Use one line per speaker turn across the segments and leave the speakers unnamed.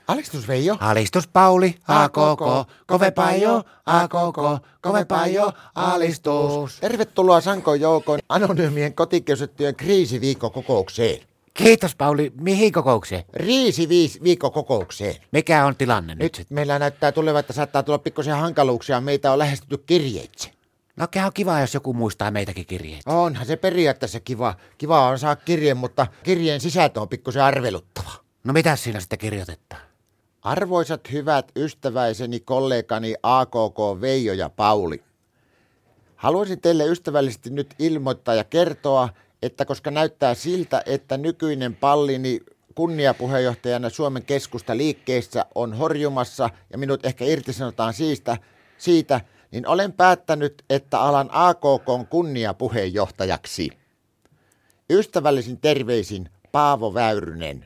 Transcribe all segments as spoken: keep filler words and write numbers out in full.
Alistus Veijo.
Alistus Pauli, a koko, kovempaa jo, a koko, kovempaa jo, alistus.
Tervetuloa Sankoin joukon anonyymien kotikiusattujen kriisiviikkokokoukseen.
Kiitos Pauli, mihin kokoukseen?
Riisiviikkokokoukseen.
Mikä on tilanne nyt?
Nyt
Nyt
meillä näyttää tulevan, että saattaa tulla pikkuisia hankaluuksia. Meitä on lähestytty kirjeitse.
No on kiva, jos joku muistaa meitäkin kirjeitä.
Onhan se periaatteessa kiva. Kiva on saa kirje, mutta kirjeen sisältö on pikkusen arveluttava.
No mitä siinä sitten kirjoitetaan?
Arvoisat hyvät ystäväiseni kollegani A K K Veijo ja Pauli. Haluaisin teille ystävällisesti nyt ilmoittaa ja kertoa, että koska näyttää siltä, että nykyinen pallini kunniapuheenjohtajana Suomen Keskusta liikkeessä on horjumassa ja minut ehkä irtisanotaan siitä, siitä, niin olen päättänyt, että alan A K K:n kunniapuheenjohtajaksi. Ystävällisin terveisin Paavo Väyrynen.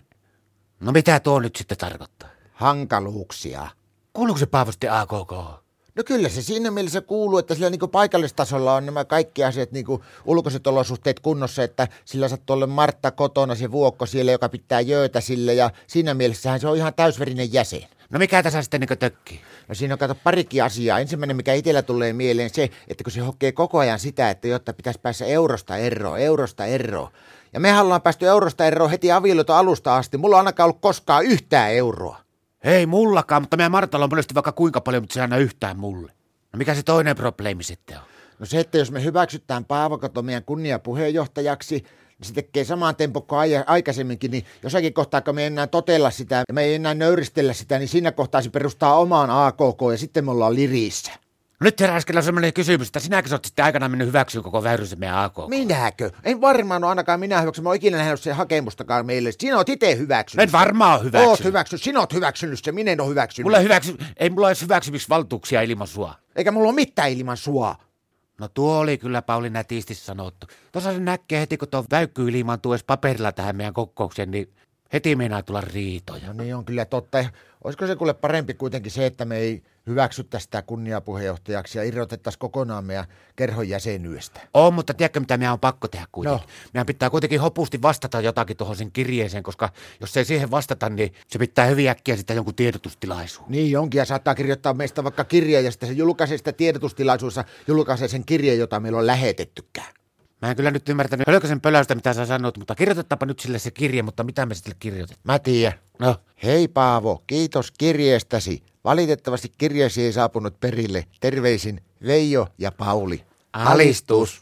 No mitä tuo nyt sitten tarkoittaa?
Hankaluuksia.
Kuuluuko se Paavo sitten A K K?
No kyllä se siinä mielessä kuuluu, että sillä niin paikallistasolla on nämä kaikki asiat, niin ulkoiset olosuhteet kunnossa, että sillä sattuu olla Martta kotona, se vuokko siellä, joka pitää jöötä sille, ja siinä mielessähän se on ihan täysverinen jäsen.
No mikä tässä sitten niin tökkii?
No siinä on kato parikin asiaa. Ensimmäinen, mikä itsellä tulee mieleen, se, että kun se hokee koko ajan sitä, että jotta pitäisi päästä eurosta eroon, eurosta eroon. Ja mehän ollaan päästy eurosta eroon heti avioliiton alusta asti. Mulla on ainakaan ollut koskaan yhtään euroa.
Ei mullakaan, mutta meidän Martalla on monesti vaikka kuinka paljon, mutta se aina yhtään mulle. No mikä se toinen probleemi sitten on?
No se, että jos me hyväksytään Paavo Kato meidän kunniapuheenjohtajaksi, niin se tekee samaan tempon kuin aikaisemminkin, niin jossakin kohtaa, kun me ei enää totella sitä ja me ei enää nöyristellä sitä, niin siinä kohtaa se perustaa omaan A K K ja sitten me ollaan lirissä.
No nyt herää äsken on sellainen kysymys, että sinäkö sä oot sitten aikanaan mennyt hyväksyä koko Väyrysen meidän A K K?
Minäkö? En varmaan ole ainakaan minä hyväksynyt. Mä oon ikinä nähnyt sen hakemustakaan meille. Sinä oot itse hyväksynyt.
En varmaan ole hyväksynyt.
Oot hyväksynyt. Sinä oot hyväksynyt sen. Minä en ole hyväksynyt.
Mulla hyväksy... Ei mulla ole hyväksymisvaltuuksia ilman sua.
Eikä mulla ole mitään ilman sua.
No tuo oli kyllä Pauli nätisti sanottu. Tuossa se näkee heti, kun tuo väykky ilmaantuu edes paperilla tähän meidän kokoukseen, niin heti meinaa tulla riitoja.
No niin on kyllä totta. Olisiko se kuule parempi kuitenkin se, että me ei hyväksyttäisi sitä kunniapuheenjohtajaksi ja irrotettaisiin kokonaan meidän kerhon jäsenyydestä?
On, mutta tiedätkö mitä meidän on pakko tehdä kuitenkin?
No.
Meidän pitää kuitenkin hopusti vastata jotakin tuohon sen kirjeeseen, koska jos ei siihen vastata, niin se pitää hyvin äkkiä sitten jonkun tiedotustilaisuuden.
Niin onkin, ja saattaa kirjoittaa meistä vaikka kirjeen ja sitten se julkaisee sitä tiedotustilaisuudessa, julkaisee sen kirjeen, jota meillä on lähetettykään.
Mä en kyllä nyt ymmärtänyt hölkösen pöläystä, mitä sä sanot, mutta kirjoitetaanpa nyt sille se kirje, mutta mitä me sille kirjoitetaan?
Mä tiedän.
No.
Hei Paavo, kiitos kirjeestäsi. Valitettavasti kirjeesi ei saapunut perille. Terveisin Veijo ja Pauli.
Alistus.